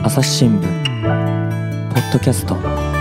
朝日新聞ポッドキャスト。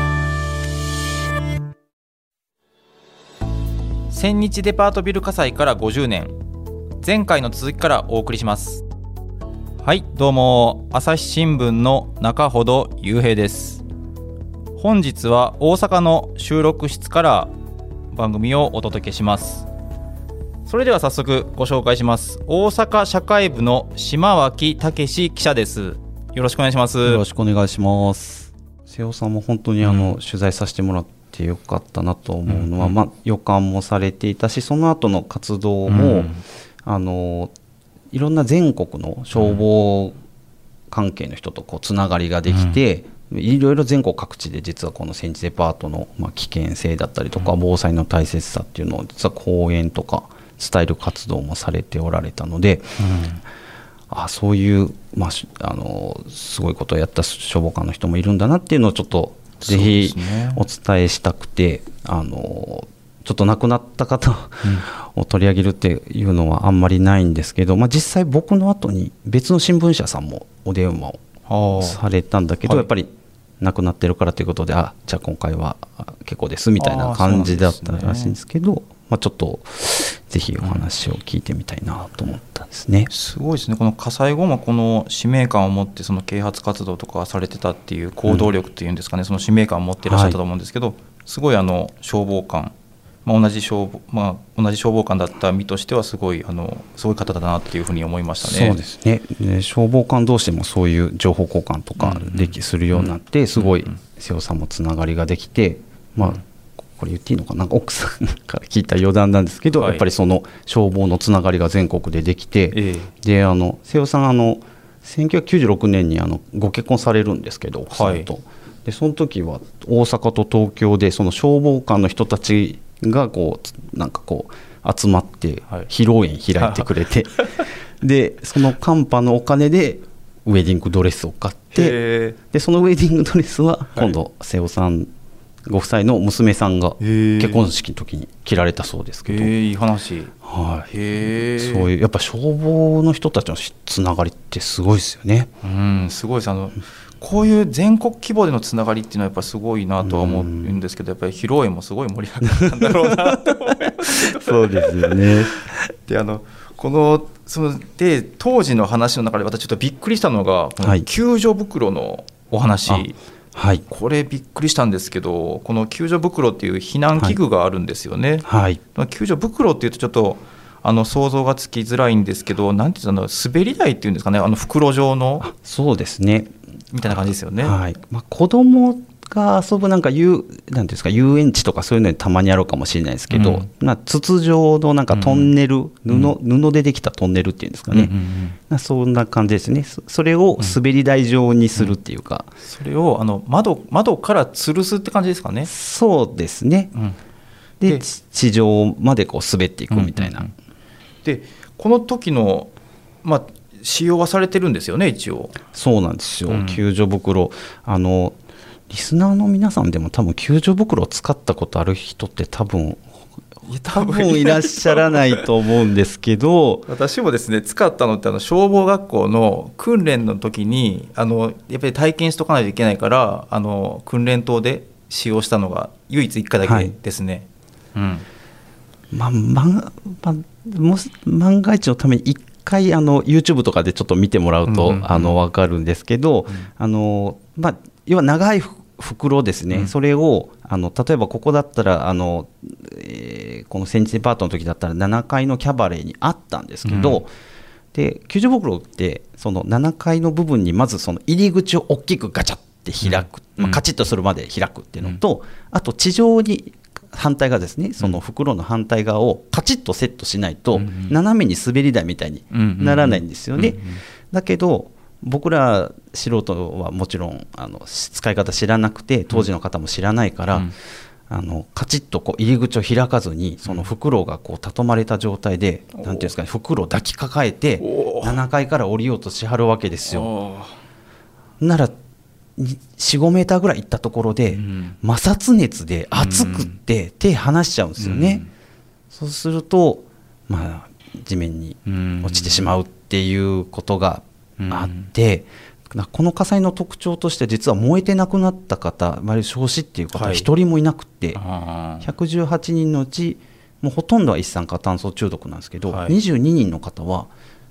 千日デパートビル火災から50年、前回の続きからお送りします。はい、どうも朝日新聞の中ほど雄平です。本日は大阪の収録室から番組をお届けします。それでは早速ご紹介します。大阪社会部の島脇武史記者です。よろしくお願いします。 よろしくお願いします。瀬尾さんも本当に取材させてもらってよかったなと思うのは、予感もされていたし、その後の活動も、いろんな全国の消防関係の人とつながりができて、いろいろ全国各地で実はこの千日デパートの危険性だったりとか防災の大切さっていうのを実は講演とか伝える活動もされておられたので、そういう、すごいことをやった消防官の人もいるんだなっていうのをちょっとぜひお伝えしたくて、ちょっと亡くなった方を取り上げるっていうのはあんまりないんですけど、実際僕の後に別の新聞社さんもお電話をされたんだけど、やっぱり亡くなってるからということで、じゃあ今回は結構ですみたいな感じだったらしいんですけど、ちょっとぜひお話を聞いてみたいなと思ったんですね。 すごいですね。この火災後もこの使命感を持ってその啓発活動とかされてたっていう行動力っていうんですかね、その使命感を持っていらっしゃったと思うんですけど、すごい消防官、同じ消防官だった身としてはすごい方だなっていうふうに思いましたね。 そうですね。消防官同士でもそういう情報交換とかするようになって、すごい瀬尾さんもつながりができて、これ言っていいのかな、奥さんから聞いた余談なんですけど、やっぱりその消防のつながりが全国でできて、で瀬尾さん1996年にご結婚されるんですけど、奥さんと、でその時は大阪と東京でその消防官の人たちが集まって披露宴開いてくれてでそのカンパのお金でウェディングドレスを買って、でそのウェディングドレスは今度瀬尾さんご夫妻の娘さんが結婚式の時に着られたそうですけど、 いい話。 そういうやっぱ消防の人たちのつながりってすごいですよね。 すごいです。こういう全国規模でのつながりっていうのはやっぱりすごいなとは思うんですけど、やっぱり披露宴もすごい盛り上がったんだろうなと思いますそうですよね。 でで当時の話の中で私ちょっとびっくりしたのが、この救助袋のお話、これびっくりしたんですけど、この救助袋っていう避難器具があるんですよね。救助袋っていうとちょっと想像がつきづらいんですけど、なんていうの、滑り台っていうんですかね、袋状の。 そうですね、 みたいな感じですよね。 子供が遊ぶなんていうんですか、遊園地とかそういうのにたまにあるかもしれないですけど、筒状のトンネル、布でできたトンネルっていうんですかね、そんな感じですね。それを滑り台状にするっていうか、 それを窓から吊るすって感じですかね。 そうですね。で地上まで滑っていくみたいな。 でこの時の使用はされてるんですよね、一応。 そうなんですよ。救助袋、リスナーの皆さんでも多分救助袋を使ったことある人って多分いらっしゃらないと思うんですけど私もですね、使ったのって消防学校の訓練の時にやっぱり体験しとかないといけないから訓練棟で使用したのが唯一1回だけですね。 万が一のために1回YouTube とかでちょっと見てもらうと分かるんですけど、要は長い袋ですね、それを例えばここだったらこの千日デパートの時だったら7階のキャバレーにあったんですけど、で救助袋ってその7階の部分にまずその入り口を大きくガチャって開く、カチッとするまで開くっていうのと、あと地上に反対側ですね、その袋の反対側をカチッとセットしないと斜めに滑り台みたいにならないんですよね。だけど僕ら素人はもちろん使い方知らなくて、当時の方も知らないから、カチッと入り口を開かずにその袋が畳まれた状態で、なんていうんですかね、袋を抱きかかえて7階から降りようとしはるわけですよ。なら 4,5 メーターぐらい行ったところで、摩擦熱で熱くって手離しちゃうんですよね。そうすると、地面に落ちてしまうっていうことがあって、 この火災の特徴として実は燃えて亡くなった方、焼死っていう方は一人もいなくて、118人のうちもうほとんどは一酸化炭素中毒なんですけど、22人の方は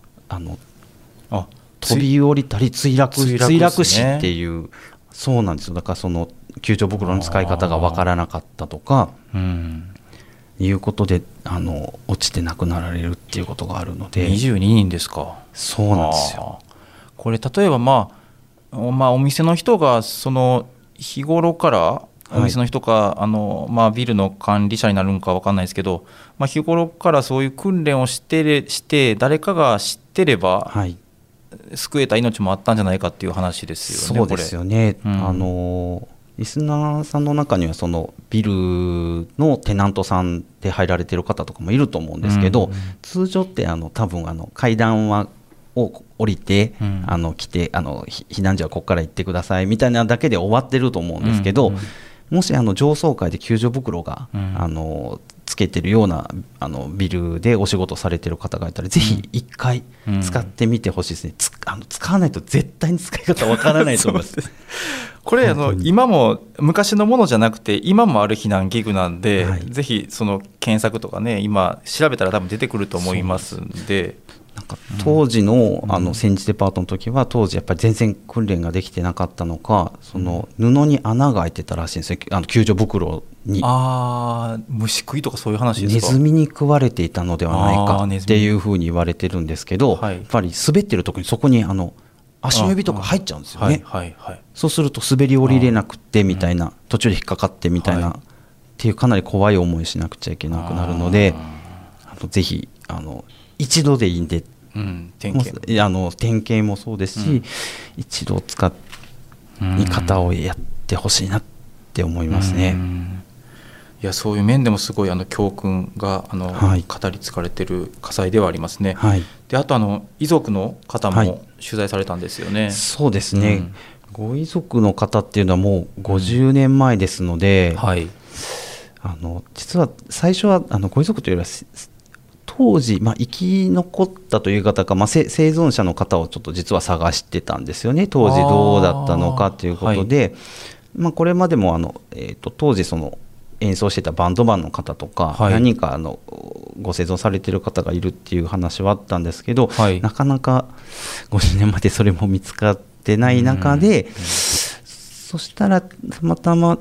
飛び降りたり墜落死っていう、そうなんですよ。だからその救助袋の使い方が分からなかったとか、いうことで落ちて亡くなられるっていうことがあるので。 22人ですか。 そうなんですよ。 これ例えばお店の人がその日頃からお店の人か、ビルの管理者になるのか分かんないですけど、日頃からそういう訓練をして誰かが知ってれば、救えた命もあったんじゃないかっていう話ですよね。 そうですよね。リスナーさんの中にはそのビルのテナントさんで入られてる方とかもいると思うんですけど、通常って多分階段を降りて、来て避難所はここから行ってくださいみたいなだけで終わってると思うんですけど、もし上層階で救助袋が、つけてるようなビルでお仕事されてる方がいたら、ぜひ一回使ってみてほしいですね。使わないと絶対に使い方わからないと思います。 これ今も昔のものじゃなくて今もある避難器具なんで、ぜひその検索とかね、今調べたら多分出てくると思いますんで。 なんか当時の戦時デパートの時は、当時やっぱり全然訓練ができてなかったのか、その布に穴が開いてたらしいんですよ、救助袋に。 虫食いとかそういう話ですか。 ネズミに食われていたのではないかっていうふうに言われてるんですけど、やっぱり滑ってる時にそこに足の指とか入っちゃうんですよね。そうすると滑り降りれなくてみたいな、途中で引っかかってみたいなっていう、かなり怖い思いしなくちゃいけなくなるので、ぜひ一度でいいんで、点検もそうですし、一度使い方をやってほしいなって思いますね。 いや、そういう面でもすごい教訓が語り継がれてる火災ではありますね。で、あと遺族の方も取材されたんですよね。 そうですね、ご遺族の方っていうのはもう50年前ですので、実は最初はご遺族というよりは当時、生き残ったという方か、生存者の方をちょっと実は探してたんですよね。当時どうだったのかということで、これまでも当時その演奏してたバンドマンの方とか、何人かご生存されてる方がいるっていう話はあったんですけど、なかなか50年までそれも見つかってない中で、そしたらたまたま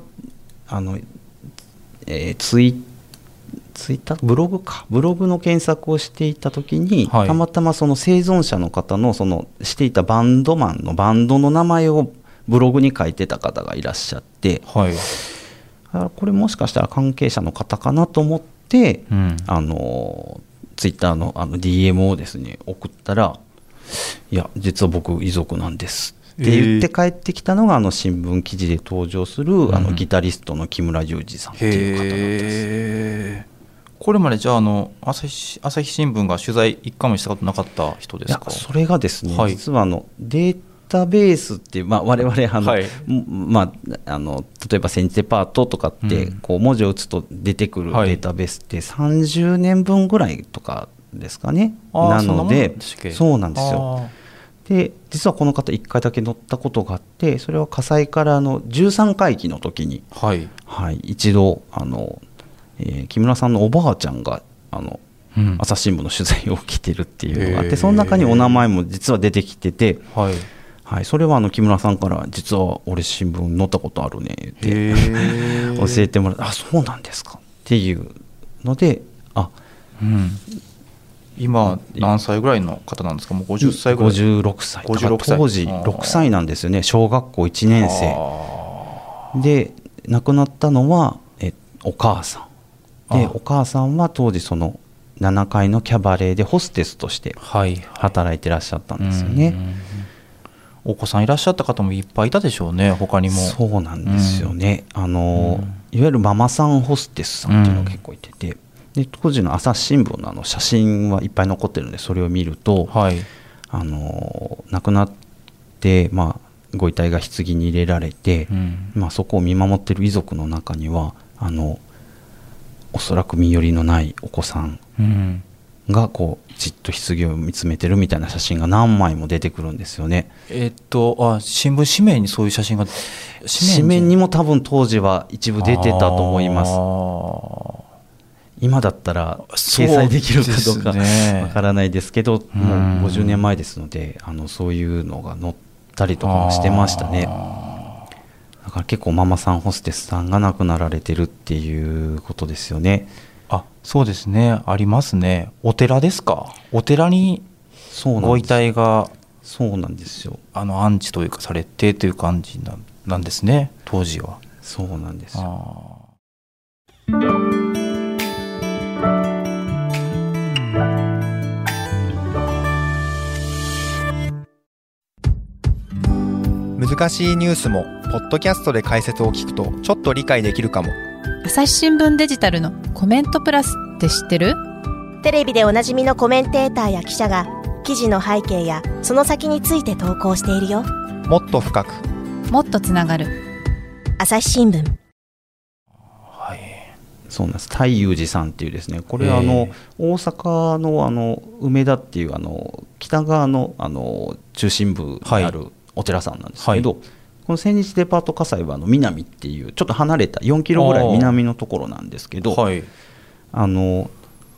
ツイッターブログの検索をしていたときに、たまたまその生存者の方のしていたバンドマンのバンドの名前をブログに書いてた方がいらっしゃって、これもしかしたら関係者の方かなと思って、ツイッターのDM をですね送ったら、いや実は僕遺族なんですって言って帰ってきたのが新聞記事で登場するギタリストの木村雄二さんっていう方なんです。 これまでじゃあ朝日新聞が取材一回もしたことなかった人ですか。 いや、それがですね、実はデータベースっていう、我々例えば戦時デパートとかってこう文字を打つと出てくるデータベースって30年分ぐらいとかですかね。なのでそうなんですよ。で実はこの方1回だけ乗ったことがあって、それは火災から13回忌の時に、一度木村さんのおばあちゃんが朝日新聞の取材を受けてるっていうのがあって、その中にお名前も実は出てきてて、それは木村さんから実は俺新聞載ったことあるねって教えてもらって、そうなんですかっていうので、 今何歳ぐらいの方なんですか。もう50歳ぐらい。 56歳。当時6歳なんですよね。小学校1年生で亡くなったのはお母さんで、お母さんは当時その7階のキャバレーでホステスとして働いてらっしゃったんですよね。 お子さんいらっしゃった方もいっぱいいたでしょうね、他にも。 そうなんですよね。いわゆるママさんホステスさんっていうのが結構いてて、で当時の朝日新聞の写真はいっぱい残ってるんで、それを見ると、亡くなって、ご遺体が棺に入れられて、そこを見守ってる遺族の中にはおそらく身寄りのないお子さんがこうじっと棺を見つめてるみたいな写真が何枚も出てくるんですよね。 新聞紙面にそういう写真が紙面にも多分当時は一部出てたと思います。今だったら掲載できるかどうかわからないですけど、もう50年前ですのでそういうのが載ったりとかもしてましたね。だから結構ママさんホステスさんが亡くなられてるっていうことですよね。 そうですね、ありますね。お寺ですか。お寺にご遺体がそうなんですよ。 安置というかされてという感じなんですね、当時は。 そうなんですよ。 難しいニュースもポッドキャストで解説を聞くとちょっと理解できるかも。 朝日新聞デジタルのコメントプラスって知ってる？ テレビでおなじみのコメンテーターや記者が記事の背景やその先について投稿しているよ。 もっと深く、 もっとつながる朝日新聞。 そうなんです。太勇寺さんっていうですね、これは大阪の梅田っていう北側の中心部にあるお寺さんなんですけど、この千日デパート葛西は南っていうちょっと離れた4キロぐらい南のところなんですけど、これの、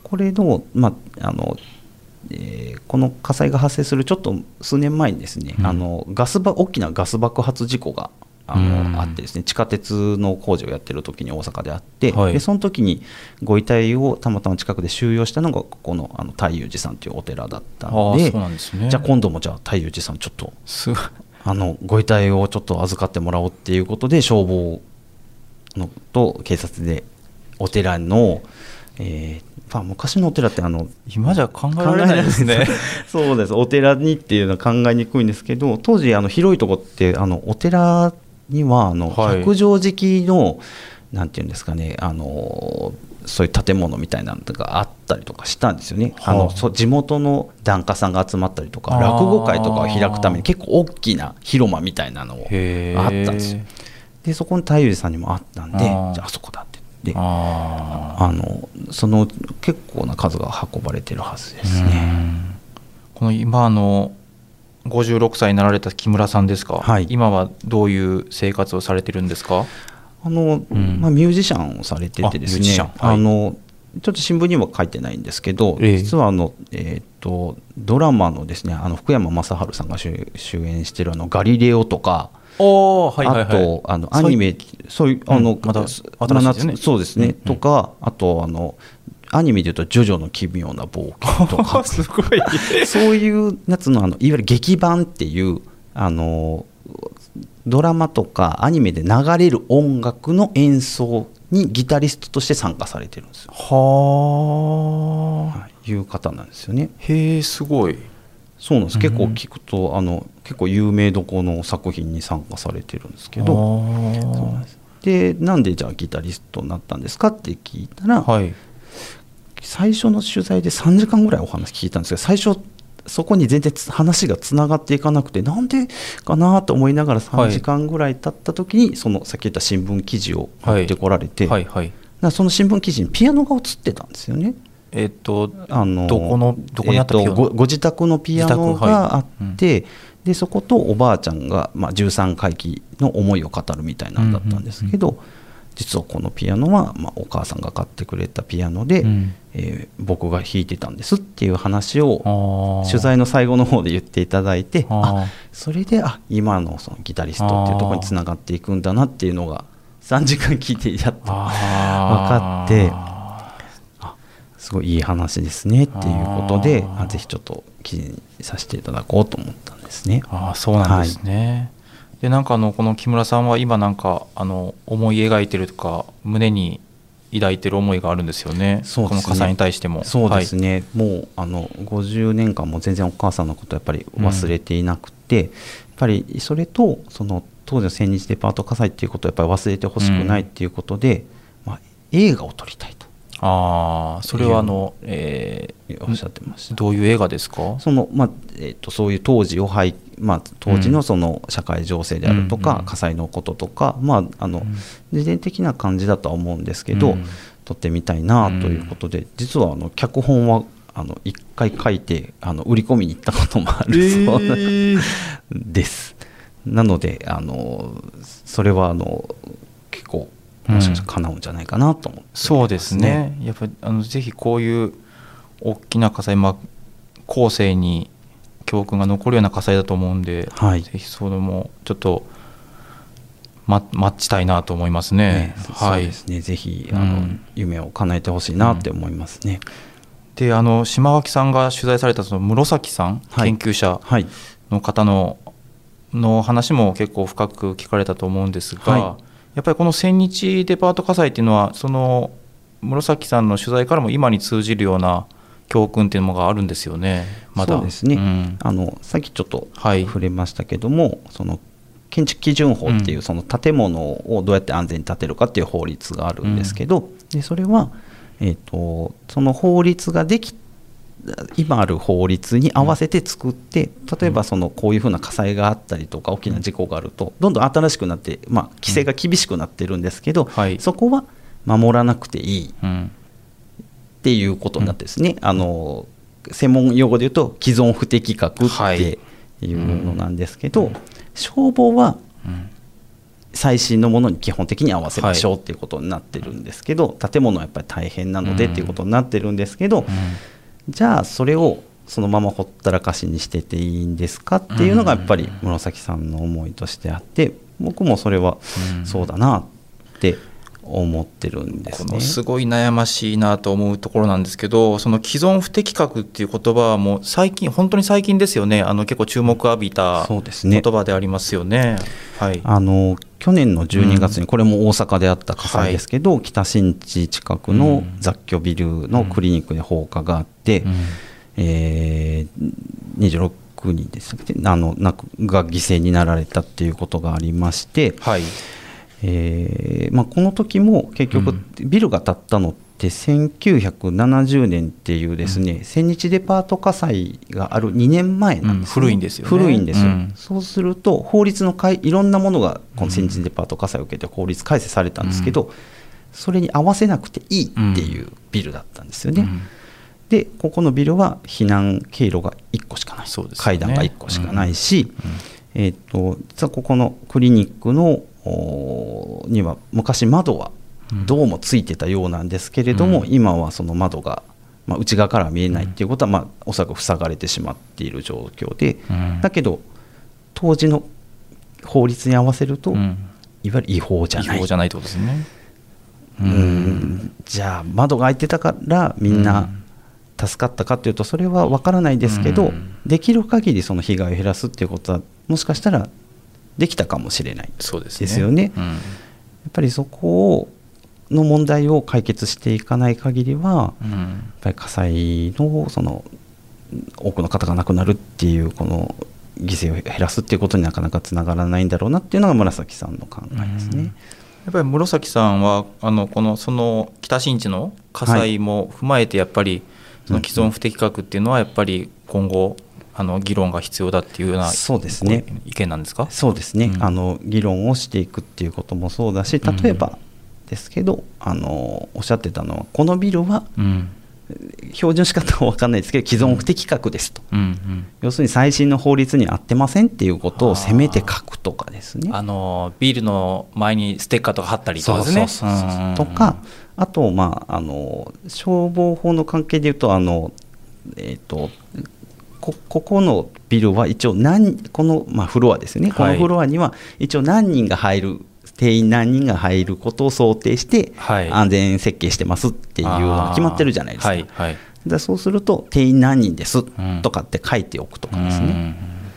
この火災が発生するちょっと数年前にですね、大きなガス爆発事故があってですね、地下鉄の工事をやってる時に大阪であって、でその時にご遺体をたまたま近くで収容したのがここの太勇寺さんというお寺だったので、じゃあ今度もじゃあ太勇寺さんちょっとご遺体をちょっと預かってもらおうっていうことで消防と警察でお寺の、昔のお寺って今じゃ考えられないですね。 そうです。お寺にっていうのは考えにくいんですけど、当時広いとこってお寺には百畳敷のなんていうんですかね、そういう建物みたいなのがあったりとかしたんですよね。地元の檀家さんが集まったりとか落語会とかを開くために結構大きな広間みたいなのがあったんですよ。でそこに太勇寺さんにもあったんで、じゃあそこだって言ってその結構な数が運ばれてるはずですね。 この今56歳になられた木村さんですか、今はどういう生活をされてるんですか？ ミュージシャンをされててですね、ちょっと新聞には書いてないんですけど、実はドラマのですね、福山雅治さんが主演しているガリレオとか、あとアニメ、そういうまだ新しいですね。 そうですね、とか、あとアニメでいうとジョジョの奇妙な冒険とかすごいそういうやつのいわゆる劇版っていうドラマとかアニメで流れる音楽の演奏にギタリストとして参加されてるんですよ。いう方なんですよね。 へえ、すごい。 そうなんです。結構聞くと結構有名どこの作品に参加されてるんですけど、そうなんです。でなんでじゃあギタリストになったんですかって聞いたら、最初の取材で3時間ぐらいお話聞いたんですけど、最初そこに全然話がつながっていかなくて、なんでかなと思いながら3時間ぐらい経った時に、さっき言った新聞記事を持ってこられて、その新聞記事にピアノが映ってたんですよね。 どこにあったピアノ？ ご自宅のピアノがあって、でそことおばあちゃんが、13回忌の思いを語るみたいなんだったんですけど、実はこのピアノは、お母さんが買ってくれたピアノで、僕が弾いてたんですっていう話を取材の最後の方で言っていただいて、それで今のそのギタリストっていうところにつながっていくんだなっていうのが3時間聞いてやっと分かって、すごいいい話ですねっていうことで、ぜひちょっと記事にさせていただこうと思ったんですね。 そうなんですね。でこの木村さんは今思い描いてるとか胸に抱いてる思いがあるんですよね。この火災に対しても。 そうですね、もう50年間も全然お母さんのことやっぱり忘れていなくて、やっぱりそれとその当時の千日デパート火災っていうことをやっぱり忘れてほしくないっていうことで、映画を撮りたいと。 それはおっしゃってました。 どういう映画ですか？ そういう当時当時のその社会情勢であるとか、火災のこととか、自伝的な感じだとは思うんですけど、撮ってみたいなということで、実は脚本は 1回書いて売り込みに行ったこともあるそうなんです。なのでそれは結構もしかしたら叶うんじゃないかなと思って、 そうですね。やっぱりぜひこういう大きな火災、後世に教訓が残るような火災だと思うんで、ぜひそれもちょっと待ちたいなと思いますね。 そうですね。ぜひ夢を叶えてほしいなって思いますね。 で島脇さんが取材されたその室崎さん、研究者の方の話も結構深く聞かれたと思うんですが、やっぱりこの千日デパート火災っていうのはその室崎さんの取材からも今に通じるような教訓っていうのがあるんですよね。まだそうですね、さっきちょっと触れましたけども、その建築基準法っていうその建物をどうやって安全に建てるかっていう法律があるんですけど、でそれは、その法律が今ある法律に合わせて作って、例えばこういうふうな火災があったりとか大きな事故があるとどんどん新しくなって、規制が厳しくなってるんですけど、そこは守らなくていいっていうことになってですね、専門用語で言うと既存不適格っていうのなんですけど、消防は最新のものに基本的に合わせましょうっていうことになってるんですけど、建物はやっぱり大変なのでっていうことになってるんですけど、じゃあそれをそのままほったらかしにしてていいんですかっていうのがやっぱり室崎さんの思いとしてあって、僕もそれはそうだなって思ってるんですね。 このすごい悩ましいなと思うところなんですけど、その既存不適格っていう言葉はもう本当に最近ですよね。結構注目を浴びた言葉でありますよね。 去年の12月にこれも大阪であった火災ですけど、北新地近くの雑居ビルのクリニックで放火があって、26人でしたっけ、が犠牲になられたっていうことがありまして、この時も結局ビルが建ったのって1970年っていうですね、千日デパート火災がある2年前なんですね。 古いんですよね。 古いんですよ。そうすると法律のいろんなものがこの千日デパート火災を受けて法律改正されたんですけど、それに合わせなくていいっていうビルだったんですよね。でここのビルは避難経路が1個しかない、階段が1個しかないし、実はここのクリニックのには昔窓はどうもついてたようなんですけれども、今はその窓が、内側からは見えないっていうことは、おそらく塞がれてしまっている状況で、だけど当時の法律に合わせると、いわゆる違法じゃない。 違法じゃないってことですね。 じゃあ窓が開いてたからみんな助かったかというとそれは分からないですけど、できる限りその被害を減らすっていうことはもしかしたらできたかもしれないですよね。やっぱりそこの問題を解決していかない限りは、やっぱり火災のその多くの方が亡くなるっていうこの犠牲を減らすっていうことになかなかつながらないんだろうなっていうのが村崎さんの考えですね。 やっぱり室崎さんはその北新地の火災も踏まえてやっぱりその既存不適格っていうのはやっぱり今後議論が必要だっていうような意見なんですか？ そうですね、議論をしていくっていうこともそうだし、例えばですけど、おっしゃってたのはこのビルは、標準仕方は分かんないですけど既存不適格ですと、要するに最新の法律に合ってませんっていうことをせめて書くとかですね、 ビルの前にステッカーとか貼ったりとかですね、 とか、あと、消防法の関係でいうとここのビルは一応この、フロアですね、このフロアには一応何人が入る、定員何人が入ることを想定して安全設計してますっていうのが決まってるじゃないですか。でそうすると定員何人ですとかって書いておくとかですね、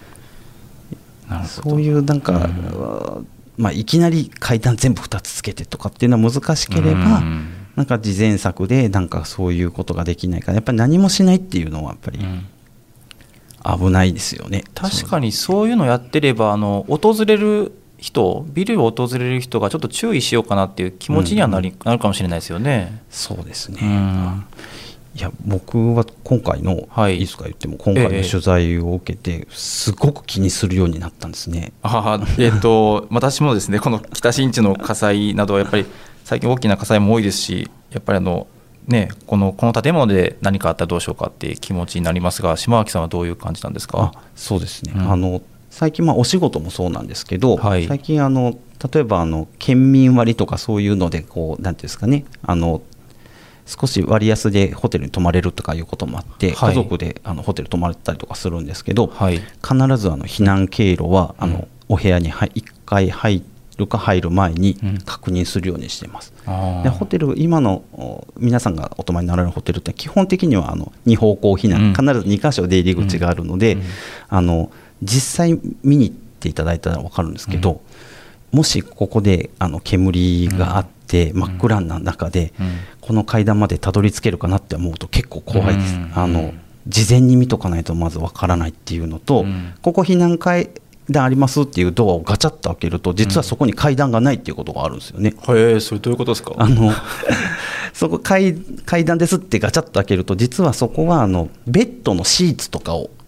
そういうなんか、いきなり階段全部2つつけてとかっていうのは難しければ、なんか事前策でなんかそういうことができないから、やっぱり何もしないっていうのはやっぱり危ないですよね。 確かにそういうのやってれば訪れる人、ビルを訪れる人がちょっと注意しようかなっていう気持ちにはなるかもしれないですよね。 そうですね、いや僕は今回の、いいですか言っても、今回の取材を受けてすごく気にするようになったんですね。 私もですね、この北新地の火災などはやっぱり最近大きな火災も多いですし、やっぱりね、この建物で何かあったらどうしようかっていう気持ちになりますが、島脇さんはどういう感じなんですか？ そうですね、最近お仕事もそうなんですけど、最近例えば県民割とかそういうのでこうなんていうんですかね、少し割安でホテルに泊まれるとかいうこともあって、家族でホテル泊まったりとかするんですけど、必ず避難経路はお部屋に1回入るか入る前に確認するようにしています。でホテル、今の皆さんがお泊まりになられるホテルって基本的には2方向避難、必ず2箇所出入り口があるので、実際見に行っていただいたら分かるんですけど、もしここで煙があって真っ暗な中でこの階段までたどり着けるかなって思うと結構怖いです。事前に見とかないとまず分からないっていうのと、ここ避難階段ありますっていうドアをガチャッと開けると実はそこに階段がないっていうことがあるんですよね。 それどういうことですか？ そこ階段ですってガチャッと開けると実はそこはベッドのシーツとかを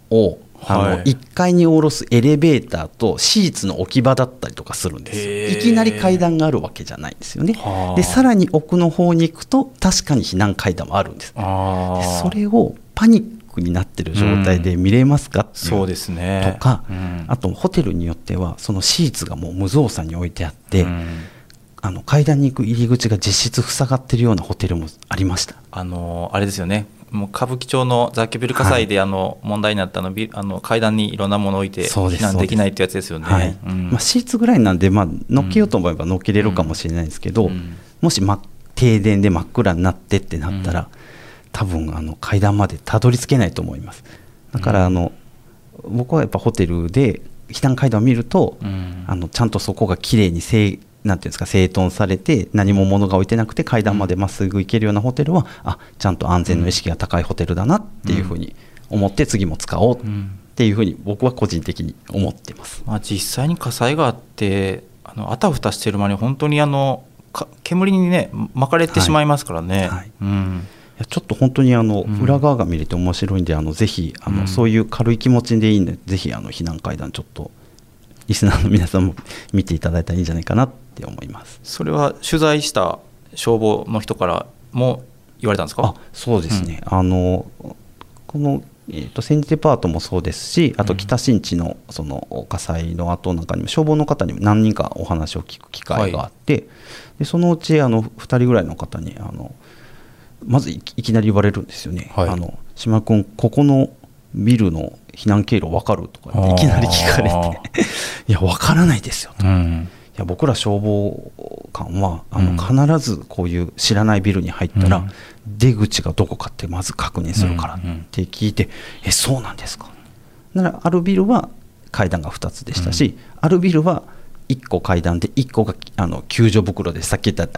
1階に下ろすエレベーターとシーツの置き場だったりとかするんですよ。いきなり階段があるわけじゃないんですよね。でさらに奥の方に行くと確かに避難階段もあるんです。でそれをパニックになってる状態で見れますかっていう、 そうですね、 とか、あとホテルによってはそのシーツがもう無造作に置いてあって、階段に行く入り口が実質塞がってるようなホテルもありました。 あれですよね、もう歌舞伎町の雑居ビル火災で問題になった階段にいろんなものを置いて避難できないってやつですよね。 シーツぐらいなんで、乗っけようと思えば乗っけれるかもしれないですけど、もし停電で真っ暗になってってなったら、多分階段までたどり着けないと思います。だから僕はやっぱホテルで避難階段を見ると、ちゃんとそこがきれいになんていうんですか、整頓されて何も物が置いてなくて階段までまっすぐ行けるようなホテルは、ちゃんと安全の意識が高いホテルだなっていうふうに思って次も使おうっていうふうに僕は個人的に思ってます。 実際に火災があってあたふたしてる間に本当に煙にね巻かれてしまいますからね。 ちょっと本当に裏側が見れて面白いんで、ぜひそういう軽い気持ちでいいんで、ぜひ避難階段ちょっとリスナーの皆さんも見ていただいたらいいんじゃないかなって思います。 それは取材した消防の人からも言われたんですか？ そうですね、この千日デパートもそうですし、あと北新地のその火災の後なんかにも消防の方にも何人かお話を聞く機会があって、でそのうち2人ぐらいの方にまずいきなり言われるんですよね。島君、ここのビルの避難経路分かるとかいきなり聞かれていや分からないですよと、いや僕ら消防官は必ずこういう知らないビルに入ったら、出口がどこかってまず確認するからって聞いて、そうなんですか。ならあるビルは階段が2つでしたし、あるビルは1個階段で1個が救助袋で、さっき言った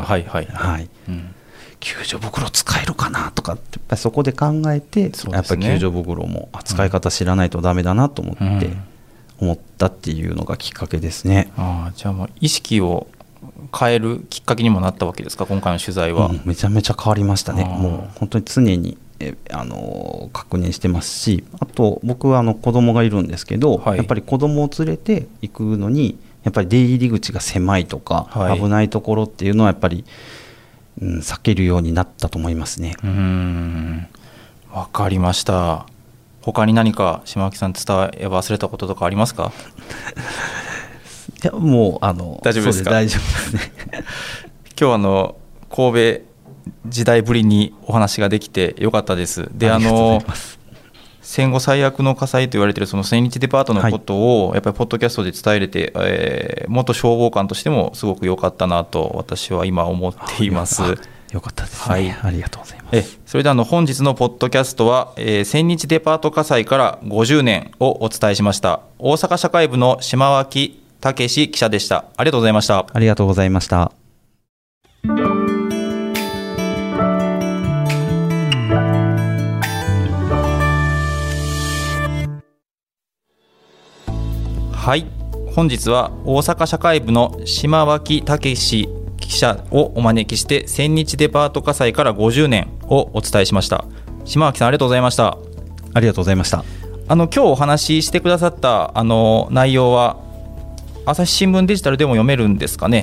救助袋使えるかなとかってやっぱりそこで考えて、やっぱり救助袋も使い方知らないとダメだなと思ったっていうのがきっかけですね。 じゃあもう意識を変えるきっかけにもなったわけですか、今回の取材は。 めちゃめちゃ変わりましたね。もう本当に常に確認してますし、あと僕は子供がいるんですけど、やっぱり子供を連れて行くのにやっぱり出入り口が狭いとか、危ないところっていうのはやっぱり避けるようになったと思いますね。 わかりました。他に何か島脇さん伝え忘れたこととかありますか？ いやもう大丈夫ですか？ 大丈夫ですね今日神戸時代ぶりにお話ができてよかったです。で戦後最悪の火災と言われているその千日デパートのことをやっぱりポッドキャストで伝えれて、元消防官としてもすごく良かったなと私は今思っています。 よかったですね、ありがとうございます。 それで本日のポッドキャストは、千日デパート火災から50年をお伝えしました。大阪社会部の島脇武史記者でした。ありがとうございました。 ありがとうございました。 はい、本日は大阪社会部の島脇武史記者をお招きして千日デパート火災から50年をお伝えしました。島脇さんありがとうございました。 ありがとうございました。 今日お話ししてくださった内容は朝日新聞デジタルでも読めるんですかね？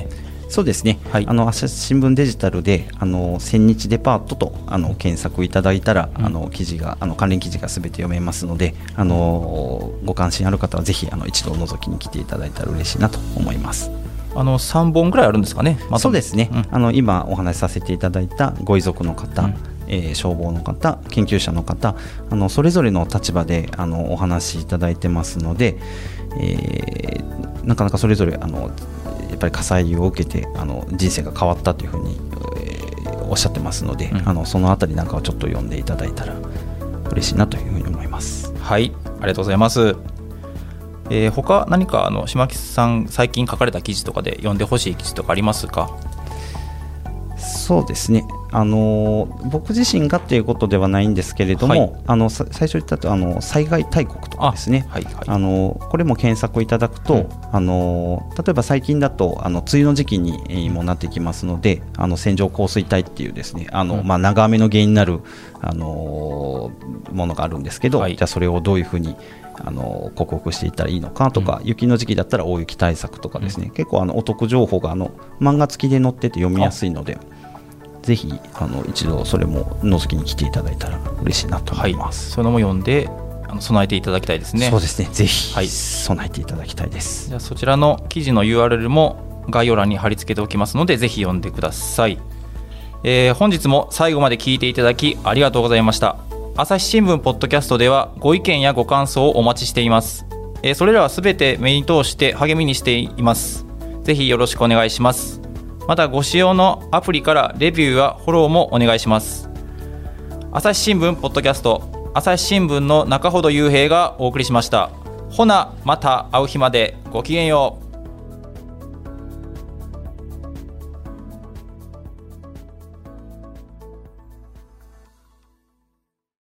そうですね、 はい、 朝日新聞デジタルで千日デパートと検索いただいたら、記事が関連記事がすべて読めますので、ご関心ある方はぜひ一度覗きに来ていただいたら嬉しいなと思います。 3本ぐらいあるんですかね。 そうですね、今お話しさせていただいたご遺族の方、消防の方、研究者の方、それぞれの立場でお話しいただいてますので、なかなかそれぞれやっぱり火災を受けて人生が変わったというふうに、おっしゃってますので、そのあたりなんかをちょっと読んでいただいたら嬉しいなというふうに思います。 はい、ありがとうございます。他何か島木さん最近書かれた記事とかで読んでほしい記事とかありますか？ そうですね、僕自身がということではないんですけれども、最初言ったと災害大国とかですね、これも検索いただくと、例えば最近だと梅雨の時期にもなってきますので、線状降水帯っていうですね長雨の原因になるものがあるんですけど、じゃあそれをどういうふうに克服していったらいいのかとか、雪の時期だったら大雪対策とかですね、結構お得情報が漫画付きで載ってて読みやすいので、ぜひ一度それも覗きに来ていただいたら嬉しいなと思います。 そういうのも読んで備えていただきたいですね。 そうですね、ぜひ備えていただきたいです。 じゃあそちらの記事の URL も概要欄に貼り付けておきますので、ぜひ読んでください。本日も最後まで聞いていただきありがとうございました。朝日新聞ポッドキャストではご意見やご感想をお待ちしています。それらはすべて目に通して励みにしています。ぜひよろしくお願いします。またご使用のアプリからレビューやフォローもお願いします。朝日新聞ポッドキャスト、朝日新聞の中ほど雄平がお送りしました。ほなまた会う日まで、ごきげんよう。